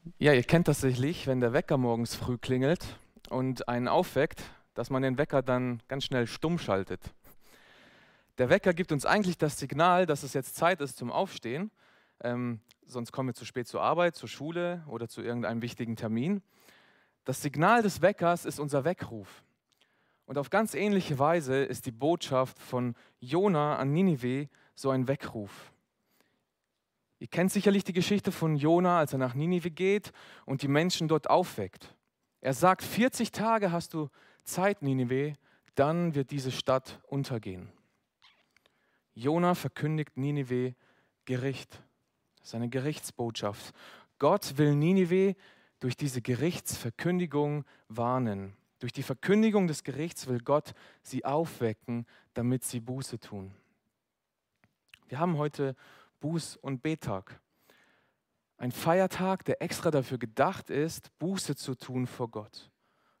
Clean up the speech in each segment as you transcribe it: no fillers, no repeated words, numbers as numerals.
Ja, ihr kennt das sicherlich, wenn der Wecker morgens früh klingelt und einen aufweckt, dass man den Wecker dann ganz schnell stumm schaltet. Der Wecker gibt uns eigentlich das Signal, dass es jetzt Zeit ist zum Aufstehen, sonst kommen wir zu spät zur Arbeit, zur Schule oder zu irgendeinem wichtigen Termin. Das Signal des Weckers ist unser Weckruf. Und auf ganz ähnliche Weise ist die Botschaft von Jona an Ninive so ein Weckruf. Ihr kennt sicherlich die Geschichte von Jona, als er nach Ninive geht und die Menschen dort aufweckt. Er sagt, 40 Tage hast du Zeit, Ninive, dann wird diese Stadt untergehen. Jona verkündigt Ninive Gericht. Das ist eine Gerichtsbotschaft. Gott will Ninive durch diese Gerichtsverkündigung warnen. Durch die Verkündigung des Gerichts will Gott sie aufwecken, damit sie Buße tun. Wir haben heute Buß- und Bettag. Ein Feiertag, der extra dafür gedacht ist, Buße zu tun vor Gott.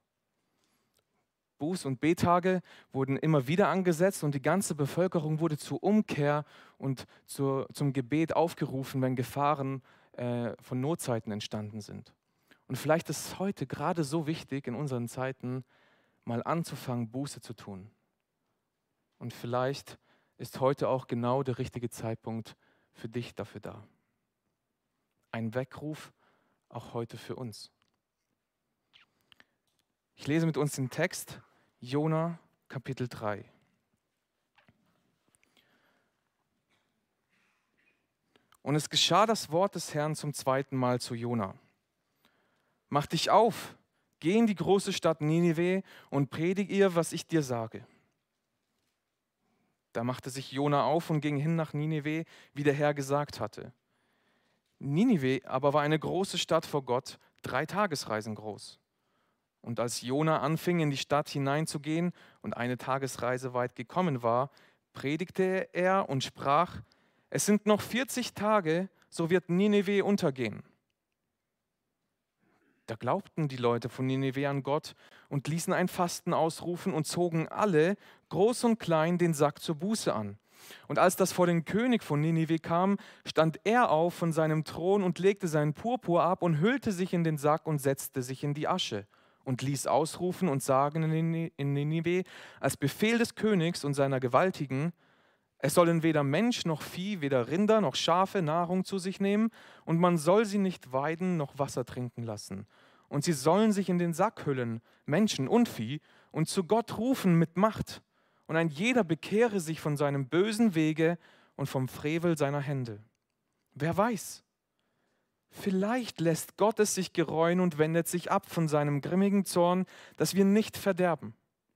Buß- und Bettage wurden immer wieder angesetzt und die ganze Bevölkerung wurde zur Umkehr und zum Gebet aufgerufen, wenn Gefahren von Notzeiten entstanden sind. Und vielleicht ist es heute gerade so wichtig in unseren Zeiten, mal anzufangen, Buße zu tun. Und vielleicht ist heute auch genau der richtige Zeitpunkt für dich dafür da. Ein Weckruf auch heute für uns. Ich lese mit uns den Text Jona Kapitel 3. Und es geschah das Wort des Herrn zum zweiten Mal zu Jona. Mach dich auf, geh in die große Stadt Ninive und predige ihr, was ich dir sage. Da machte sich Jona auf und ging hin nach Ninive, wie der Herr gesagt hatte. Ninive aber war eine große Stadt vor Gott, 3 Tagesreisen groß. Und als Jona anfing, in die Stadt hineinzugehen und eine Tagesreise weit gekommen war, predigte er und sprach, es sind noch 40 Tage, so wird Ninive untergehen. Da glaubten die Leute von Ninive an Gott und ließen ein Fasten ausrufen und zogen alle, groß und klein, den Sack zur Buße an. Und als das vor den König von Ninive kam, stand er auf von seinem Thron und legte seinen Purpur ab und hüllte sich in den Sack und setzte sich in die Asche und ließ ausrufen und sagen in Ninive als Befehl des Königs und seiner Gewaltigen, es sollen weder Mensch noch Vieh, weder Rinder noch Schafe Nahrung zu sich nehmen, und man soll sie nicht weiden noch Wasser trinken lassen. Und sie sollen sich in den Sack hüllen, Menschen und Vieh, und zu Gott rufen mit Macht. Und ein jeder bekehre sich von seinem bösen Wege und vom Frevel seiner Hände. Wer weiß, vielleicht lässt Gott es sich gereuen und wendet sich ab von seinem grimmigen Zorn, dass wir nicht verderben.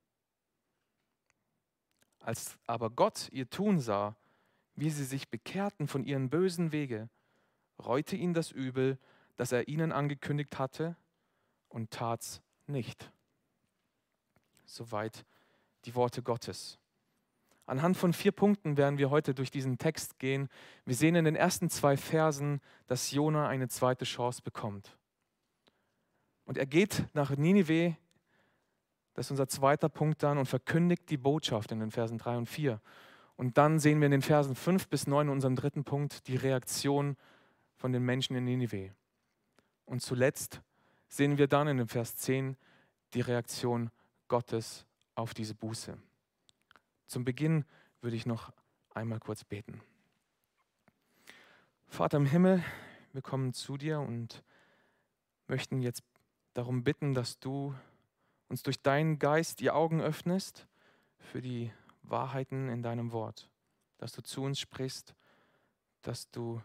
Als aber Gott ihr Tun sah, wie sie sich bekehrten von ihren bösen Wege, reute ihn das Übel, das er ihnen angekündigt hatte, und tat's nicht. Soweit die Worte Gottes. Anhand von 4 Punkten werden wir heute durch diesen Text gehen. Wir sehen in den ersten 2 Versen, dass Jona eine zweite Chance bekommt. Und er geht nach Ninive, das ist unser zweiter Punkt dann, und verkündigt die Botschaft in den Versen 3 und 4. Und dann sehen wir in den Versen 5 bis 9 in unserem dritten Punkt die Reaktion von den Menschen in Ninive. Und zuletzt sehen wir dann in dem Vers 10 die Reaktion Gottes auf diese Buße. Zum Beginn würde ich noch einmal kurz beten. Vater im Himmel, wir kommen zu dir und möchten jetzt darum bitten, dass du uns durch deinen Geist die Augen öffnest für die Wahrheiten in deinem Wort, dass du zu uns sprichst, dass du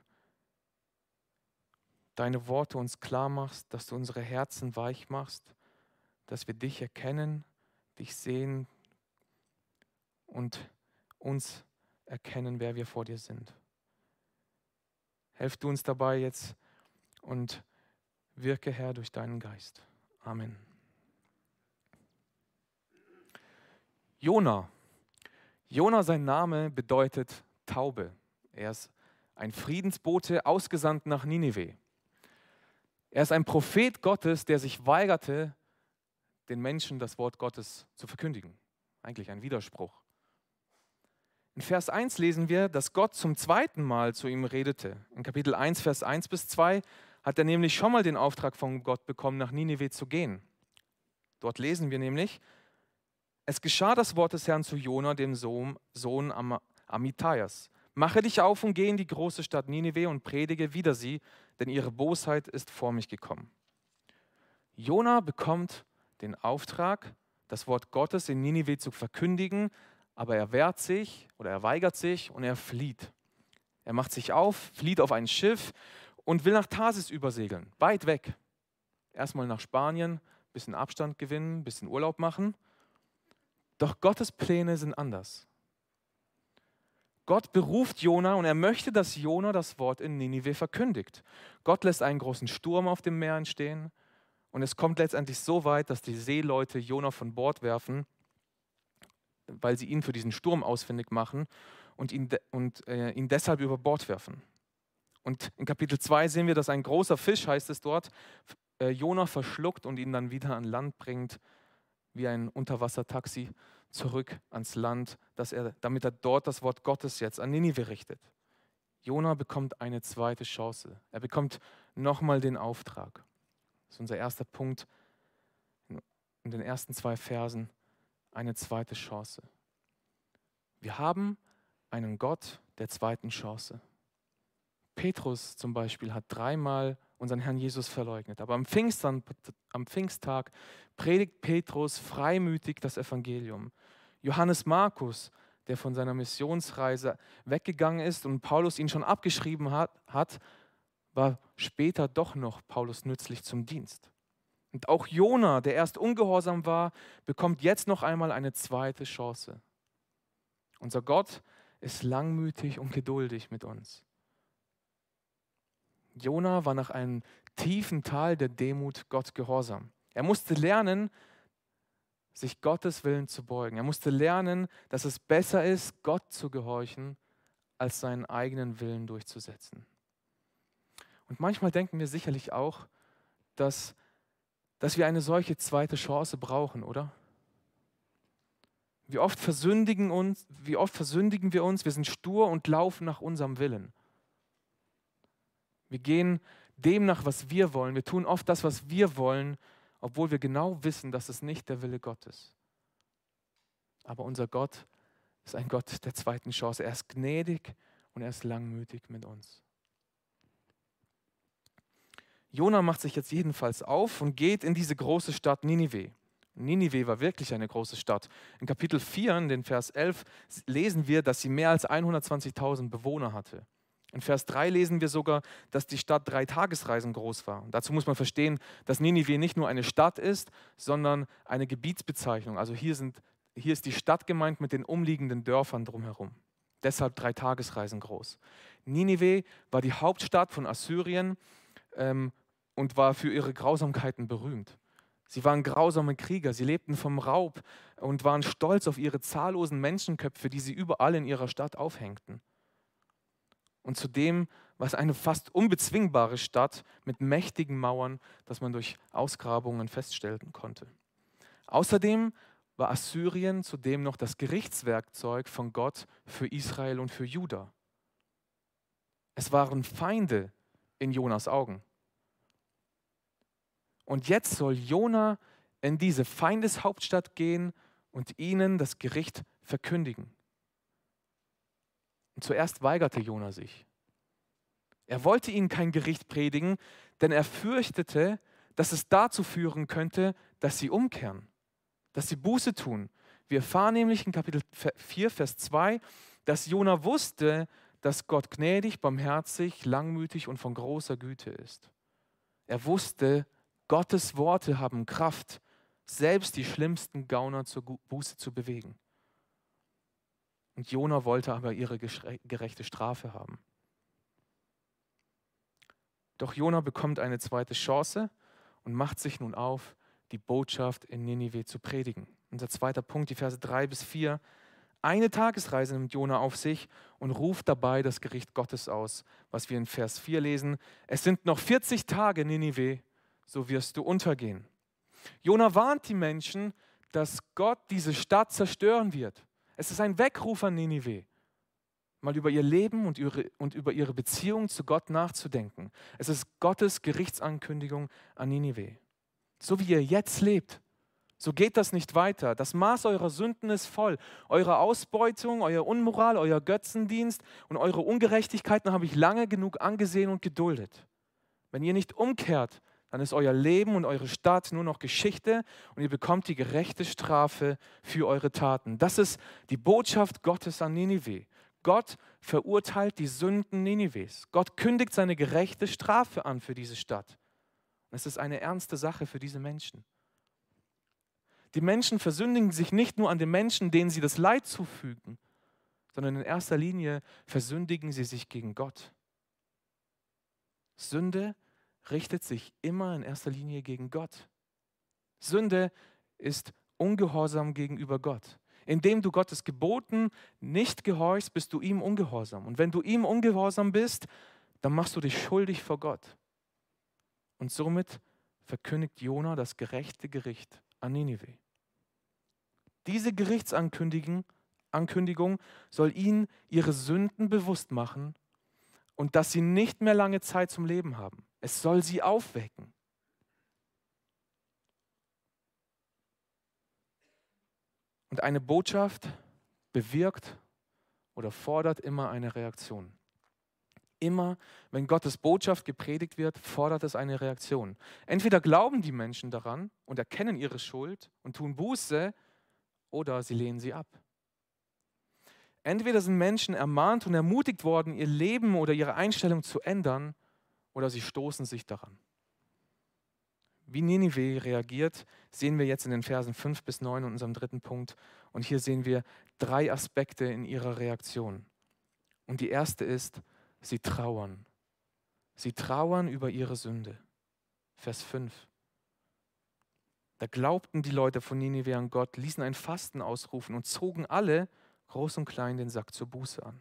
deine Worte uns klar machst, dass du unsere Herzen weich machst, dass wir dich erkennen, dich sehen und uns erkennen, wer wir vor dir sind. Helf du uns dabei jetzt und wirke, Herr, durch deinen Geist. Amen. Jona. Jona, sein Name bedeutet Taube. Er ist ein Friedensbote, ausgesandt nach Ninive. Er ist ein Prophet Gottes, der sich weigerte, den Menschen das Wort Gottes zu verkündigen. Eigentlich ein Widerspruch. In Vers 1 lesen wir, dass Gott zum zweiten Mal zu ihm redete. In Kapitel 1, Vers 1 bis 2 hat er nämlich schon mal den Auftrag von Gott bekommen, nach Ninive zu gehen. Dort lesen wir nämlich: Es geschah das Wort des Herrn zu Jona, dem Sohn Amittaias. Mache dich auf und geh in die große Stadt Ninive und predige wider sie, denn ihre Bosheit ist vor mich gekommen. Jona bekommt den Auftrag, das Wort Gottes in Ninive zu verkündigen, aber er wehrt sich oder er weigert sich und er flieht. Er macht sich auf, flieht auf ein Schiff und will nach Tarsis übersegeln, weit weg. Erstmal nach Spanien, ein bisschen Abstand gewinnen, ein bisschen Urlaub machen. Doch Gottes Pläne sind anders. Gott beruft Jona und er möchte, dass Jona das Wort in Ninive verkündigt. Gott lässt einen großen Sturm auf dem Meer entstehen und es kommt letztendlich so weit, dass die Seeleute Jona von Bord werfen, weil sie ihn für diesen Sturm ausfindig machen und ihn deshalb über Bord werfen. Und in Kapitel 2 sehen wir, dass ein großer Fisch, heißt es dort, Jona verschluckt und ihn dann wieder an Land bringt, wie ein Unterwassertaxi zurück ans Land, damit er dort das Wort Gottes jetzt an Ninive richtet. Jona bekommt eine zweite Chance. Er bekommt nochmal den Auftrag. Das ist unser erster Punkt in den ersten 2 Versen. Eine zweite Chance. Wir haben einen Gott der zweiten Chance. Petrus zum Beispiel hat 3-mal unseren Herrn Jesus verleugnet. Aber am Pfingsttag predigt Petrus freimütig das Evangelium. Johannes Markus, der von seiner Missionsreise weggegangen ist und Paulus ihn schon abgeschrieben hat, war später doch noch Paulus nützlich zum Dienst. Und auch Jona, der erst ungehorsam war, bekommt jetzt noch einmal eine zweite Chance. Unser Gott ist langmütig und geduldig mit uns. Jona war nach einem tiefen Tal der Demut Gott gehorsam. Er musste lernen, sich Gottes Willen zu beugen. Er musste lernen, dass es besser ist, Gott zu gehorchen, als seinen eigenen Willen durchzusetzen. Und manchmal denken wir sicherlich auch, dass wir eine solche zweite Chance brauchen, oder? Wie oft versündigen wir uns, wir sind stur und laufen nach unserem Willen. Wir gehen dem nach, was wir wollen. Wir tun oft das, was wir wollen, obwohl wir genau wissen, dass es nicht der Wille Gottes ist. Aber unser Gott ist ein Gott der zweiten Chance. Er ist gnädig und er ist langmütig mit uns. Jona macht sich jetzt jedenfalls auf und geht in diese große Stadt Ninive. Ninive war wirklich eine große Stadt. In Kapitel 4, in den Vers 11, lesen wir, dass sie mehr als 120.000 Bewohner hatte. In Vers 3 lesen wir sogar, dass die Stadt 3 Tagesreisen groß war. Und dazu muss man verstehen, dass Ninive nicht nur eine Stadt ist, sondern eine Gebietsbezeichnung. Also hier ist die Stadt gemeint mit den umliegenden Dörfern drumherum. Deshalb 3 Tagesreisen groß. Ninive war die Hauptstadt von Assyrien und war für ihre Grausamkeiten berühmt. Sie waren grausame Krieger, sie lebten vom Raub und waren stolz auf ihre zahllosen Menschenköpfe, die sie überall in ihrer Stadt aufhängten. Und zudem war es eine fast unbezwingbare Stadt mit mächtigen Mauern, das man durch Ausgrabungen feststellen konnte. Außerdem war Assyrien zudem noch das Gerichtswerkzeug von Gott für Israel und für Juda. Es waren Feinde in Jonas Augen. Und jetzt soll Jona in diese Feindeshauptstadt gehen und ihnen das Gericht verkündigen. Und zuerst weigerte Jona sich. Er wollte ihnen kein Gericht predigen, denn er fürchtete, dass es dazu führen könnte, dass sie umkehren, dass sie Buße tun. Wir erfahren nämlich in Kapitel 4, Vers 2, dass Jona wusste, dass Gott gnädig, barmherzig, langmütig und von großer Güte ist. Er wusste, Gottes Worte haben Kraft, selbst die schlimmsten Gauner zur Buße zu bewegen. Und Jona wollte aber ihre gerechte Strafe haben. Doch Jona bekommt eine zweite Chance und macht sich nun auf, die Botschaft in Ninive zu predigen. Unser zweiter Punkt, die Verse 3 bis 4. Eine Tagesreise nimmt Jona auf sich und ruft dabei das Gericht Gottes aus, was wir in Vers 4 lesen. Es sind noch 40 Tage, Ninive, so wirst du untergehen. Jona warnt die Menschen, dass Gott diese Stadt zerstören wird. Es ist ein Weckruf an Ninive. mal über ihr Leben und über ihre Beziehung zu Gott nachzudenken. Es ist Gottes Gerichtsankündigung an Ninive. So wie ihr jetzt lebt, so geht das nicht weiter. Das Maß eurer Sünden ist voll. Eure Ausbeutung, euer Unmoral, euer Götzendienst und eure Ungerechtigkeiten habe ich lange genug angesehen und geduldet. Wenn ihr nicht umkehrt, dann ist euer Leben und eure Stadt nur noch Geschichte und ihr bekommt die gerechte Strafe für eure Taten. Das ist die Botschaft Gottes an Ninive. Gott verurteilt die Sünden Ninives. Gott kündigt seine gerechte Strafe an für diese Stadt. Es ist eine ernste Sache für diese Menschen. Die Menschen versündigen sich nicht nur an den Menschen, denen sie das Leid zufügen, sondern in erster Linie versündigen sie sich gegen Gott. Sünde richtet sich immer in erster Linie gegen Gott. Sünde ist Ungehorsam gegenüber Gott. Indem du Gottes Geboten nicht gehorchst, bist du ihm ungehorsam. Und wenn du ihm ungehorsam bist, dann machst du dich schuldig vor Gott. Und somit verkündigt Jona das gerechte Gericht an Ninive. Diese Gerichtsankündigung soll ihnen ihre Sünden bewusst machen und dass sie nicht mehr lange Zeit zum Leben haben. Es soll sie aufwecken. Und eine Botschaft bewirkt oder fordert immer eine Reaktion. Immer, wenn Gottes Botschaft gepredigt wird, fordert es eine Reaktion. Entweder glauben die Menschen daran und erkennen ihre Schuld und tun Buße, oder sie lehnen sie ab. Entweder sind Menschen ermahnt und ermutigt worden, ihr Leben oder ihre Einstellung zu ändern, oder sie stoßen sich daran. Wie Ninive reagiert, sehen wir jetzt in den Versen 5 bis 9 in unserem dritten Punkt. Und hier sehen wir 3 Aspekte in ihrer Reaktion. Und die erste ist, sie trauern. Sie trauern über ihre Sünde. Vers 5. Da glaubten die Leute von Ninive an Gott, ließen ein Fasten ausrufen und zogen alle, groß und klein, den Sack zur Buße an.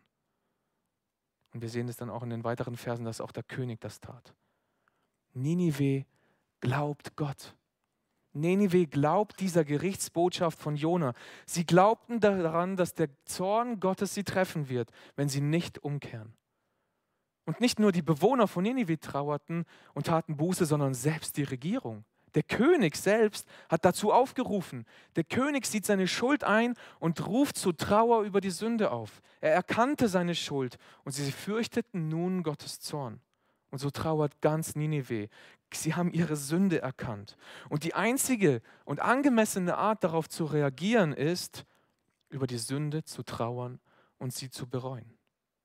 Und wir sehen es dann auch in den weiteren Versen, dass auch der König das tat. Ninive glaubt Gott. Ninive glaubt dieser Gerichtsbotschaft von Jona. Sie glaubten daran, dass der Zorn Gottes sie treffen wird, wenn sie nicht umkehren. Und nicht nur die Bewohner von Ninive trauerten und taten Buße, sondern selbst die Regierung. Der König selbst hat dazu aufgerufen. Der König sieht seine Schuld ein und ruft zur Trauer über die Sünde auf. Er erkannte seine Schuld und sie fürchteten nun Gottes Zorn. Und so trauert ganz Ninive. Sie haben ihre Sünde erkannt. Und die einzige und angemessene Art, darauf zu reagieren, ist, über die Sünde zu trauern und sie zu bereuen.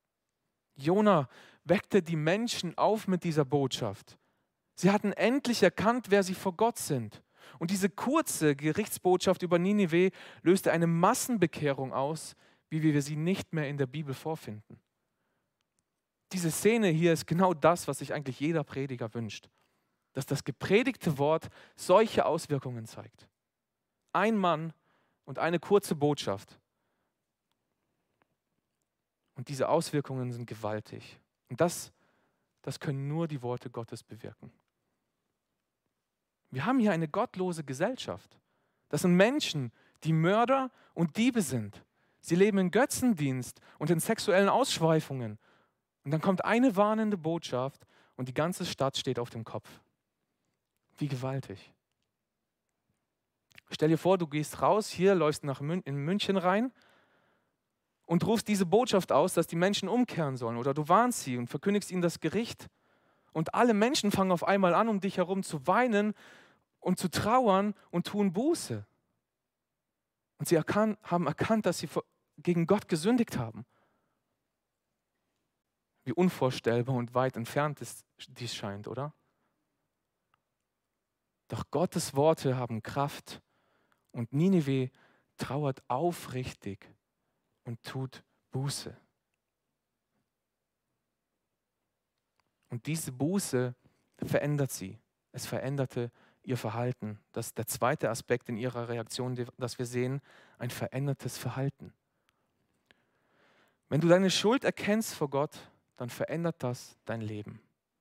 Jona weckte die Menschen auf mit dieser Botschaft. Sie hatten endlich erkannt, wer sie vor Gott sind. Und diese kurze Gerichtsbotschaft über Ninive löste eine Massenbekehrung aus, wie wir sie nicht mehr in der Bibel vorfinden. Diese Szene hier ist genau das, was sich eigentlich jeder Prediger wünscht. Dass das gepredigte Wort solche Auswirkungen zeigt. Ein Mann und eine kurze Botschaft. Und diese Auswirkungen sind gewaltig. Und das können nur die Worte Gottes bewirken. Wir haben hier eine gottlose Gesellschaft. Das sind Menschen, die Mörder und Diebe sind. Sie leben in Götzendienst und in sexuellen Ausschweifungen. Und dann kommt eine warnende Botschaft und die ganze Stadt steht auf dem Kopf. Wie gewaltig. Stell dir vor, du gehst raus, hier läufst in München rein und rufst diese Botschaft aus, dass die Menschen umkehren sollen. Oder du warnst sie und verkündigst ihnen das Gericht. Und alle Menschen fangen auf einmal an, um dich herum zu weinen und zu trauern und tun Buße. Und sie haben erkannt, dass sie gegen Gott gesündigt haben. Wie unvorstellbar und weit entfernt dies scheint, oder? Doch Gottes Worte haben Kraft und Ninive trauert aufrichtig und tut Buße. Und diese Buße verändert sie. Es veränderte ihr Verhalten. Das ist der zweite Aspekt in ihrer Reaktion, das wir sehen, ein verändertes Verhalten. Wenn du deine Schuld erkennst vor Gott, dann verändert das dein Leben.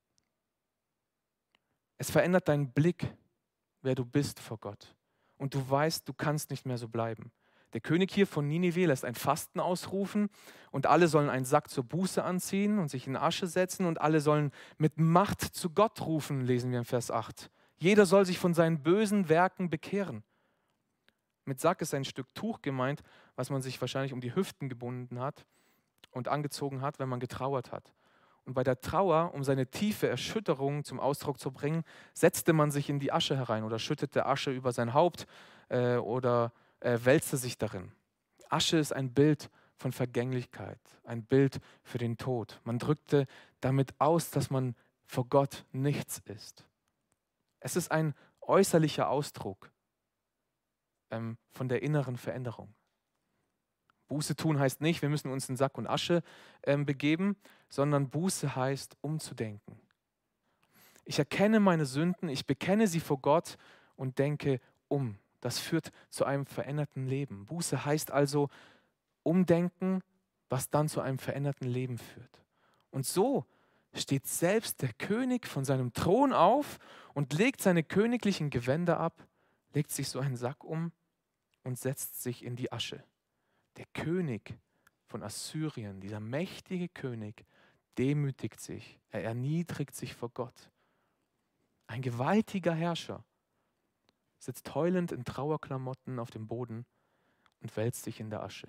Es verändert deinen Blick, wer du bist vor Gott. Und du weißt, du kannst nicht mehr so bleiben. Der König hier von Ninive lässt ein Fasten ausrufen und alle sollen einen Sack zur Buße anziehen und sich in Asche setzen und alle sollen mit Macht zu Gott rufen, lesen wir in Vers 8. Jeder soll sich von seinen bösen Werken bekehren. Mit Sack ist ein Stück Tuch gemeint, was man sich wahrscheinlich um die Hüften gebunden hat und angezogen hat, wenn man getrauert hat. Und bei der Trauer, um seine tiefe Erschütterung zum Ausdruck zu bringen, setzte man sich in die Asche herein oder schüttete Asche über sein Haupt oder wälzte sich darin. Asche ist ein Bild von Vergänglichkeit, ein Bild für den Tod. Man drückte damit aus, dass man vor Gott nichts ist. Es ist ein äußerlicher Ausdruck von der inneren Veränderung. Buße tun heißt nicht, wir müssen uns in Sack und Asche begeben, sondern Buße heißt umzudenken. Ich erkenne meine Sünden, ich bekenne sie vor Gott und denke um. Das führt zu einem veränderten Leben. Buße heißt also umdenken, was dann zu einem veränderten Leben führt. Und so steht selbst der König von seinem Thron auf und legt seine königlichen Gewänder ab, legt sich so einen Sack um und setzt sich in die Asche. Der König von Assyrien, dieser mächtige König, demütigt sich, er erniedrigt sich vor Gott. Ein gewaltiger Herrscher sitzt heulend in Trauerklamotten auf dem Boden und wälzt sich in der Asche.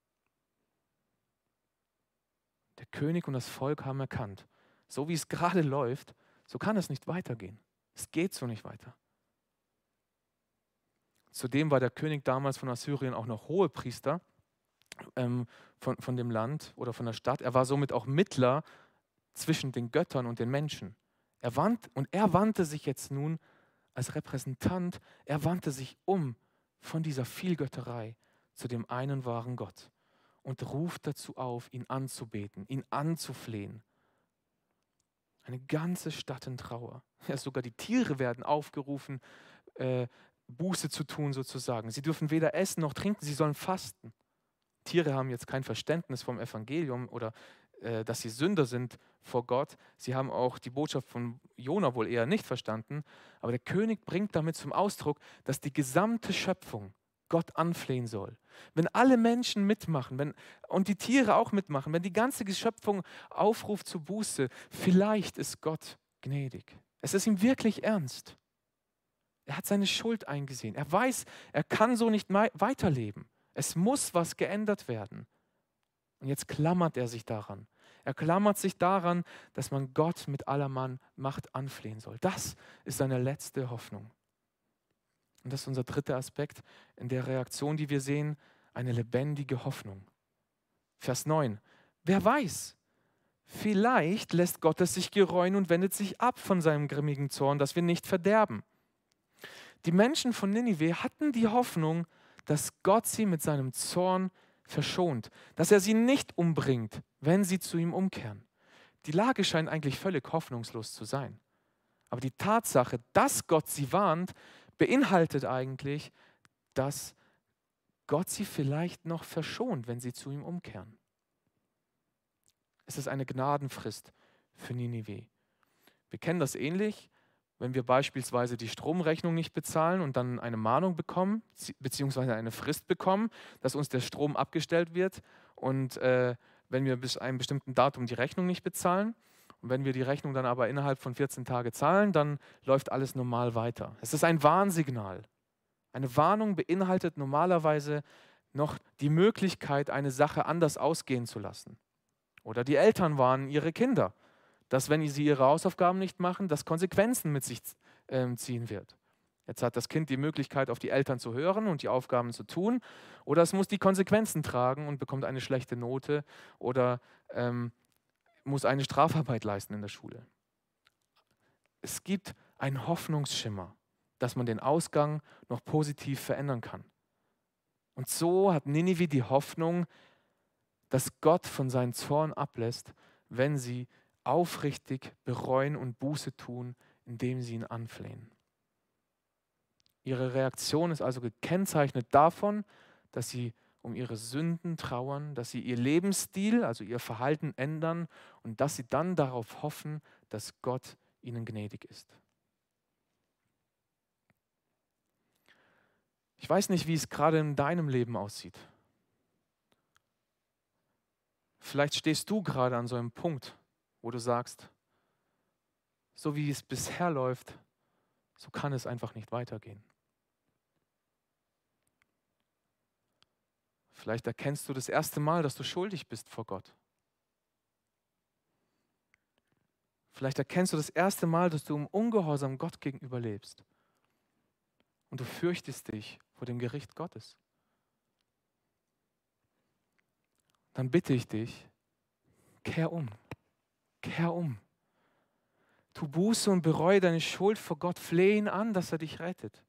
Der König und das Volk haben erkannt, so wie es gerade läuft, so kann es nicht weitergehen. Es geht so nicht weiter. Zudem war der König damals von Assyrien auch noch Hohepriester von dem Land oder von der Stadt. Er war somit auch Mittler zwischen den Göttern und den Menschen. Er wandte sich jetzt nun als Repräsentant, er wandte sich um von dieser Vielgötterei zu dem einen wahren Gott und ruft dazu auf, ihn anzubeten, ihn anzuflehen. Eine ganze Stadt in Trauer. Ja, sogar die Tiere werden aufgerufen, Buße zu tun sozusagen. Sie dürfen weder essen noch trinken, sie sollen fasten. Tiere haben jetzt kein Verständnis vom Evangelium oder dass sie Sünder sind vor Gott. Sie haben auch die Botschaft von Jona wohl eher nicht verstanden. Aber der König bringt damit zum Ausdruck, dass die gesamte Schöpfung Gott anflehen soll. Wenn alle Menschen mitmachen und die Tiere auch mitmachen, wenn die ganze Schöpfung aufruft zur Buße, vielleicht ist Gott gnädig. Es ist ihm wirklich ernst. Er hat seine Schuld eingesehen. Er weiß, er kann so nicht weiterleben. Es muss was geändert werden. Und jetzt klammert er sich daran. Er klammert sich daran, dass man Gott mit aller Macht anflehen soll. Das ist seine letzte Hoffnung. Und das ist unser dritter Aspekt in der Reaktion, die wir sehen, eine lebendige Hoffnung. Vers 9. Wer weiß, vielleicht lässt Gott es sich gereuen und wendet sich ab von seinem grimmigen Zorn, dass wir nicht verderben. Die Menschen von Ninive hatten die Hoffnung, dass Gott sie mit seinem Zorn verschont, dass er sie nicht umbringt, wenn sie zu ihm umkehren. Die Lage scheint eigentlich völlig hoffnungslos zu sein. Aber die Tatsache, dass Gott sie warnt, beinhaltet eigentlich, dass Gott sie vielleicht noch verschont, wenn sie zu ihm umkehren. Es ist eine Gnadenfrist für Ninive. Wir kennen das ähnlich, wenn wir beispielsweise die Stromrechnung nicht bezahlen und dann eine Mahnung bekommen, beziehungsweise eine Frist bekommen, dass uns der Strom abgestellt wird und wenn wir bis einem bestimmten Datum die Rechnung nicht bezahlen und wenn wir die Rechnung dann aber innerhalb von 14 Tagen zahlen, dann läuft alles normal weiter. Es ist ein Warnsignal. Eine Warnung beinhaltet normalerweise noch die Möglichkeit, eine Sache anders ausgehen zu lassen. Oder die Eltern warnen ihre Kinder, dass wenn sie ihre Hausaufgaben nicht machen, das Konsequenzen mit sich ziehen wird. Jetzt hat das Kind die Möglichkeit, auf die Eltern zu hören und die Aufgaben zu tun, oder es muss die Konsequenzen tragen und bekommt eine schlechte Note oder muss eine Strafarbeit leisten in der Schule. Es gibt einen Hoffnungsschimmer, dass man den Ausgang noch positiv verändern kann. Und so hat Ninive die Hoffnung, dass Gott von seinem Zorn ablässt, wenn sie aufrichtig bereuen und Buße tun, indem sie ihn anflehen. Ihre Reaktion ist also gekennzeichnet davon, dass sie um ihre Sünden trauern, dass sie ihr Lebensstil, also ihr Verhalten ändern und dass sie dann darauf hoffen, dass Gott ihnen gnädig ist. Ich weiß nicht, wie es gerade in deinem Leben aussieht. Vielleicht stehst du gerade an so einem Punkt, wo du sagst, so wie es bisher läuft, so kann es einfach nicht weitergehen. Vielleicht erkennst du das erste Mal, dass du schuldig bist vor Gott. Vielleicht erkennst du das erste Mal, dass du im Ungehorsam Gott gegenüber lebst. Und du fürchtest dich vor dem Gericht Gottes. Dann bitte ich dich, kehr um. Kehr um. Tu Buße und bereue deine Schuld vor Gott. Flehe ihn an, dass er dich rettet.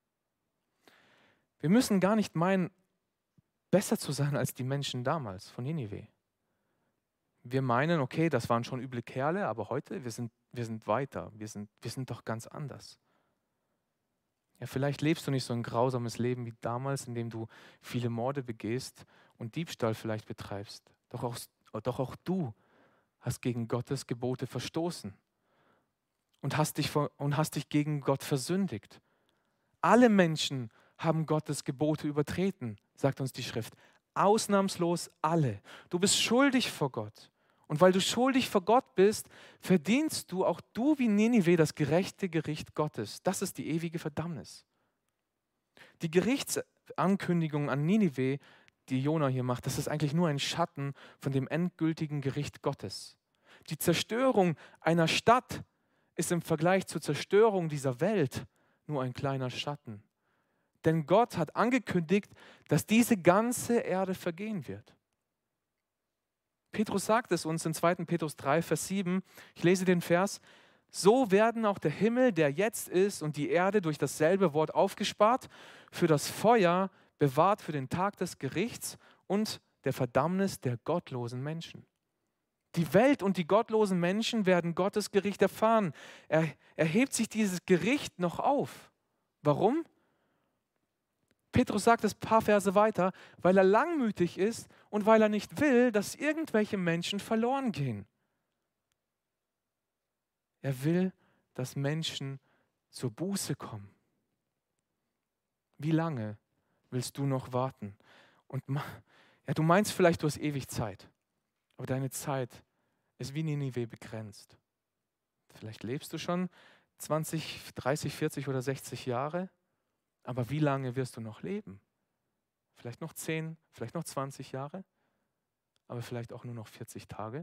Wir müssen gar nicht meinen, besser zu sein als die Menschen damals von Ninive. Wir meinen, okay, das waren schon üble Kerle, aber heute, wir sind weiter. Wir sind doch ganz anders. Ja, vielleicht lebst du nicht so ein grausames Leben wie damals, in dem du viele Morde begehst und Diebstahl vielleicht betreibst. Doch auch du hast gegen Gottes Gebote verstoßen und hast dich gegen Gott versündigt. Alle Menschen haben Gottes Gebote übertreten, sagt uns die Schrift. Ausnahmslos alle. Du bist schuldig vor Gott. Und weil du schuldig vor Gott bist, verdienst du, auch du wie Ninive, das gerechte Gericht Gottes. Das ist die ewige Verdammnis. Die Gerichtsankündigung an Ninive, die Jona hier macht, das ist eigentlich nur ein Schatten von dem endgültigen Gericht Gottes. Die Zerstörung einer Stadt ist im Vergleich zur Zerstörung dieser Welt nur ein kleiner Schatten. Denn Gott hat angekündigt, dass diese ganze Erde vergehen wird. Petrus sagt es uns in 2. Petrus 3, Vers 7. Ich lese den Vers. So werden auch der Himmel, der jetzt ist, und die Erde durch dasselbe Wort aufgespart, für das Feuer bewahrt für den Tag des Gerichts und der Verdammnis der gottlosen Menschen. Die Welt und die gottlosen Menschen werden Gottes Gericht erfahren. Er hebt sich dieses Gericht noch auf. Warum? Petrus sagt es ein paar Verse weiter, weil er langmütig ist und weil er nicht will, dass irgendwelche Menschen verloren gehen. Er will, dass Menschen zur Buße kommen. Wie lange willst du noch warten? Und ja, du meinst vielleicht, du hast ewig Zeit, aber deine Zeit ist wie Ninive begrenzt. Vielleicht lebst du schon 20, 30, 40 oder 60 Jahre. Aber wie lange wirst du noch leben? Vielleicht noch 10, vielleicht noch 20 Jahre, aber vielleicht auch nur noch 40 Tage.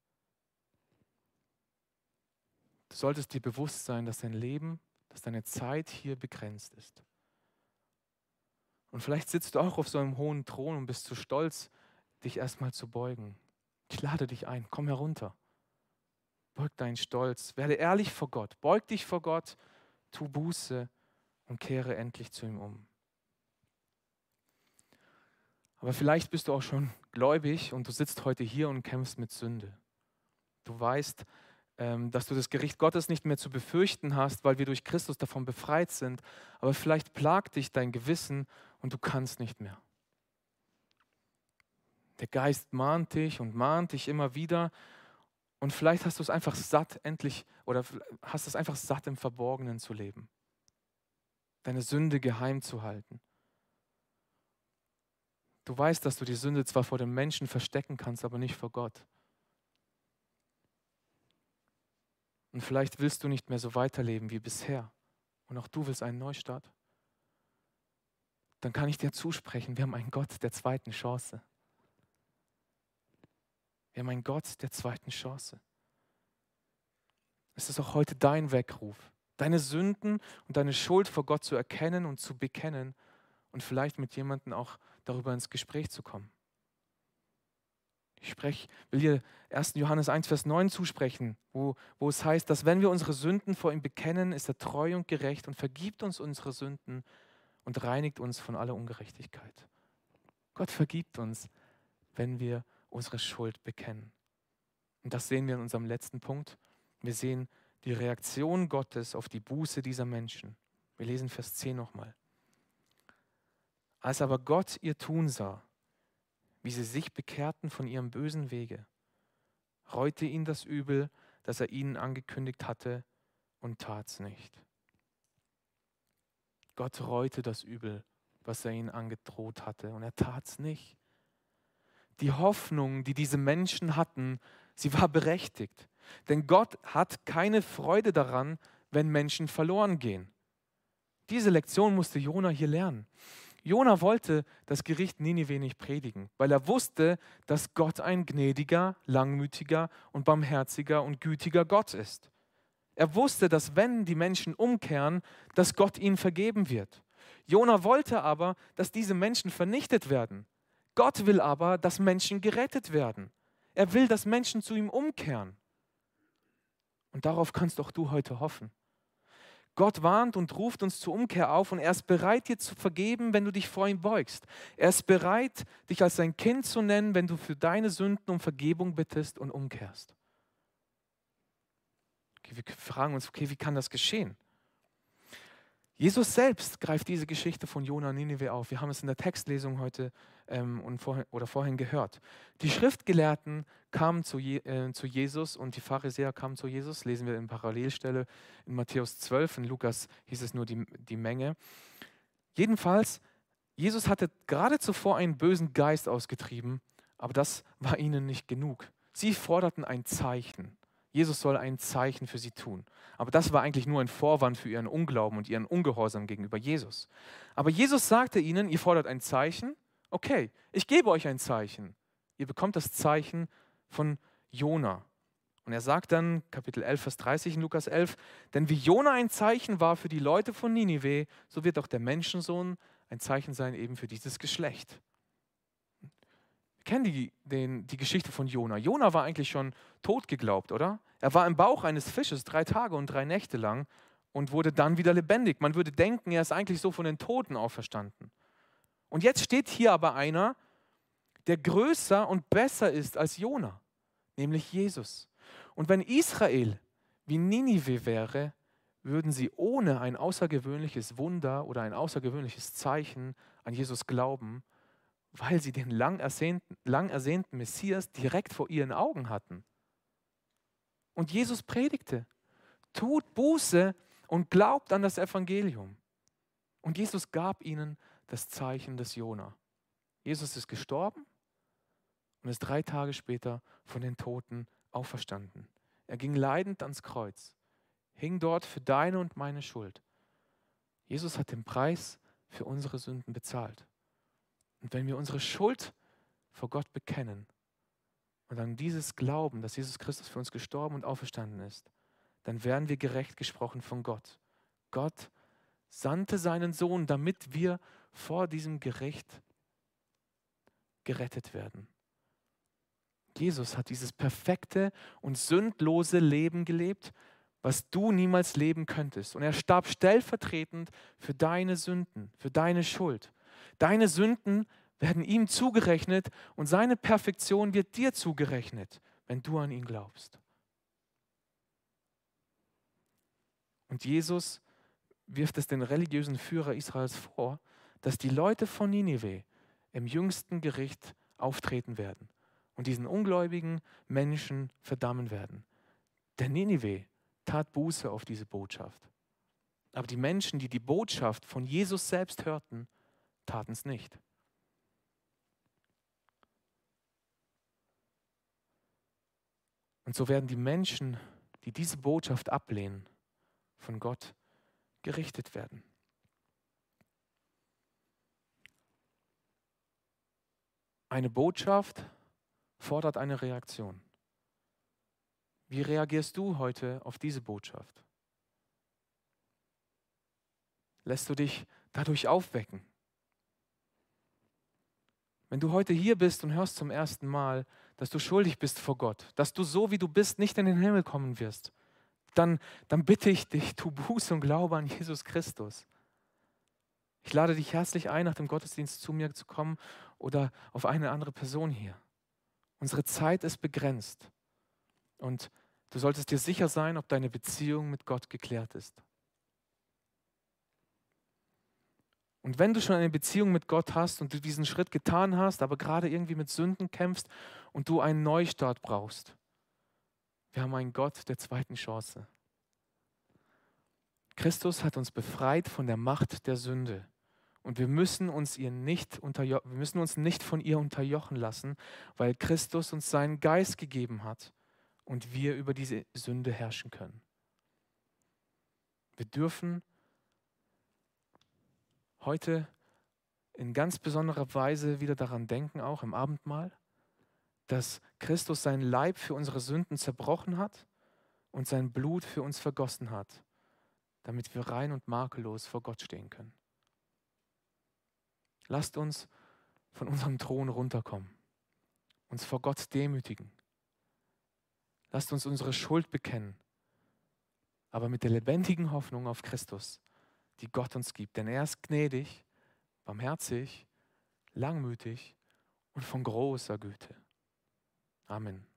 Du solltest dir bewusst sein, dass dein Leben, dass deine Zeit hier begrenzt ist. Und vielleicht sitzt du auch auf so einem hohen Thron und bist zu stolz, dich erstmal zu beugen. Ich lade dich ein, komm herunter. Beug deinen Stolz, werde ehrlich vor Gott, beug dich vor Gott, tu Buße und kehre endlich zu ihm um. Aber vielleicht bist du auch schon gläubig und du sitzt heute hier und kämpfst mit Sünde. Du weißt, dass du das Gericht Gottes nicht mehr zu befürchten hast, weil wir durch Christus davon befreit sind. Aber vielleicht plagt dich dein Gewissen und du kannst nicht mehr. Der Geist mahnt dich und mahnt dich immer wieder. Und vielleicht hast du es einfach satt, hast es einfach satt, im Verborgenen zu leben. Deine Sünde geheim zu halten. Du weißt, dass du die Sünde zwar vor dem Menschen verstecken kannst, aber nicht vor Gott. Und vielleicht willst du nicht mehr so weiterleben wie bisher. Und auch du willst einen Neustart. Dann kann ich dir zusprechen, wir haben einen Gott der zweiten Chance. Wir haben einen Gott der zweiten Chance. Es ist auch heute dein Weckruf, deine Sünden und deine Schuld vor Gott zu erkennen und zu bekennen und vielleicht mit jemandem auch darüber ins Gespräch zu kommen. Ich will dir 1. Johannes 1, Vers 9 zusprechen, wo es heißt, dass wenn wir unsere Sünden vor ihm bekennen, ist er treu und gerecht und vergibt uns unsere Sünden und reinigt uns von aller Ungerechtigkeit. Gott vergibt uns, wenn wir unsere Schuld bekennen. Und das sehen wir in unserem letzten Punkt. Wir sehen die Reaktion Gottes auf die Buße dieser Menschen. Wir lesen Vers 10 nochmal. Als aber Gott ihr Tun sah, wie sie sich bekehrten von ihrem bösen Wege, reute ihn das Übel, das er ihnen angekündigt hatte, und tat's nicht. Gott reute das Übel was er ihnen angedroht hatte. Und er tat es nicht. Die Hoffnung, die diese Menschen hatten, sie war berechtigt. Denn Gott hat keine Freude daran, wenn Menschen verloren gehen. Diese Lektion musste Jona hier lernen. Jona wollte das Gericht Ninive nicht predigen, weil er wusste, dass Gott ein gnädiger, langmütiger und barmherziger und gütiger Gott ist. Er wusste, dass wenn die Menschen umkehren, dass Gott ihnen vergeben wird. Jona wollte aber, dass diese Menschen vernichtet werden. Gott will aber, dass Menschen gerettet werden. Er will, dass Menschen zu ihm umkehren. Und darauf kannst auch du heute hoffen. Gott warnt und ruft uns zur Umkehr auf und er ist bereit, dir zu vergeben, wenn du dich vor ihm beugst. Er ist bereit, dich als sein Kind zu nennen, wenn du für deine Sünden um Vergebung bittest und umkehrst. Okay, wir fragen uns, okay, wie kann das geschehen? Jesus selbst greift diese Geschichte von Jona und Ninive auf. Wir haben es in der Textlesung heute vorhin gehört. Die Schriftgelehrten kamen zu Jesus und die Pharisäer kamen zu Jesus. Lesen wir in Parallelstelle in Matthäus 12. In Lukas hieß es nur die Menge. Jedenfalls, Jesus hatte gerade zuvor einen bösen Geist ausgetrieben, aber das war ihnen nicht genug. Sie forderten ein Zeichen. Jesus soll ein Zeichen für sie tun. Aber das war eigentlich nur ein Vorwand für ihren Unglauben und ihren Ungehorsam gegenüber Jesus. Aber Jesus sagte ihnen, ihr fordert ein Zeichen? Okay, ich gebe euch ein Zeichen. Ihr bekommt das Zeichen von Jona. Und er sagt dann, Kapitel 11, Vers 30 in Lukas 11, denn wie Jona ein Zeichen war für die Leute von Ninive, so wird auch der Menschensohn ein Zeichen sein eben für dieses Geschlecht. Wir kennen die Geschichte von Jona. Jona war eigentlich schon tot geglaubt, oder? Er war im Bauch eines Fisches 3 Tage und 3 Nächte lang und wurde dann wieder lebendig. Man würde denken, er ist eigentlich so von den Toten auferstanden. Und jetzt steht hier aber einer, der größer und besser ist als Jona, nämlich Jesus. Und wenn Israel wie Ninive wäre, würden sie ohne ein außergewöhnliches Wunder oder ein außergewöhnliches Zeichen an Jesus glauben, weil sie den lang ersehnten Messias direkt vor ihren Augen hatten. Und Jesus predigte, tut Buße und glaubt an das Evangelium. Und Jesus gab ihnen das Zeichen des Jona. Jesus ist gestorben und ist 3 Tage später von den Toten auferstanden. Er ging leidend ans Kreuz, hing dort für deine und meine Schuld. Jesus hat den Preis für unsere Sünden bezahlt. Und wenn wir unsere Schuld vor Gott bekennen und dann dieses Glauben, dass Jesus Christus für uns gestorben und auferstanden ist, dann werden wir gerecht gesprochen von Gott. Gott sandte seinen Sohn, damit wir vor diesem Gericht gerettet werden. Jesus hat dieses perfekte und sündlose Leben gelebt, was du niemals leben könntest. Und er starb stellvertretend für deine Sünden, für deine Schuld. Deine Sünden werden ihm zugerechnet und seine Perfektion wird dir zugerechnet, wenn du an ihn glaubst. Und Jesus wirft es den religiösen Führer Israels vor, dass die Leute von Ninive im jüngsten Gericht auftreten werden und diesen ungläubigen Menschen verdammen werden. Denn Ninive tat Buße auf diese Botschaft. Aber die Menschen, die die Botschaft von Jesus selbst hörten, taten es nicht. Und so werden die Menschen, die diese Botschaft ablehnen, von Gott gerichtet werden. Eine Botschaft fordert eine Reaktion. Wie reagierst du heute auf diese Botschaft? Lässt du dich dadurch aufwecken? Wenn du heute hier bist und hörst zum ersten Mal, dass du schuldig bist vor Gott, dass du so wie du bist nicht in den Himmel kommen wirst, dann bitte ich dich, tu Buße und glaube an Jesus Christus. Ich lade dich herzlich ein, nach dem Gottesdienst zu mir zu kommen oder auf eine andere Person hier. Unsere Zeit ist begrenzt und du solltest dir sicher sein, ob deine Beziehung mit Gott geklärt ist. Und wenn du schon eine Beziehung mit Gott hast und du diesen Schritt getan hast, aber gerade irgendwie mit Sünden kämpfst und du einen Neustart brauchst, wir haben einen Gott der zweiten Chance. Christus hat uns befreit von der Macht der Sünde Und wir müssen uns nicht von ihr unterjochen lassen, weil Christus uns seinen Geist gegeben hat und wir über diese Sünde herrschen können. Wir dürfen heute in ganz besonderer Weise wieder daran denken, auch im Abendmahl, dass Christus seinen Leib für unsere Sünden zerbrochen hat und sein Blut für uns vergossen hat, damit wir rein und makellos vor Gott stehen können. Lasst uns von unserem Thron runterkommen, uns vor Gott demütigen. Lasst uns unsere Schuld bekennen, aber mit der lebendigen Hoffnung auf Christus, die Gott uns gibt. Denn er ist gnädig, barmherzig, langmütig und von großer Güte. Amen.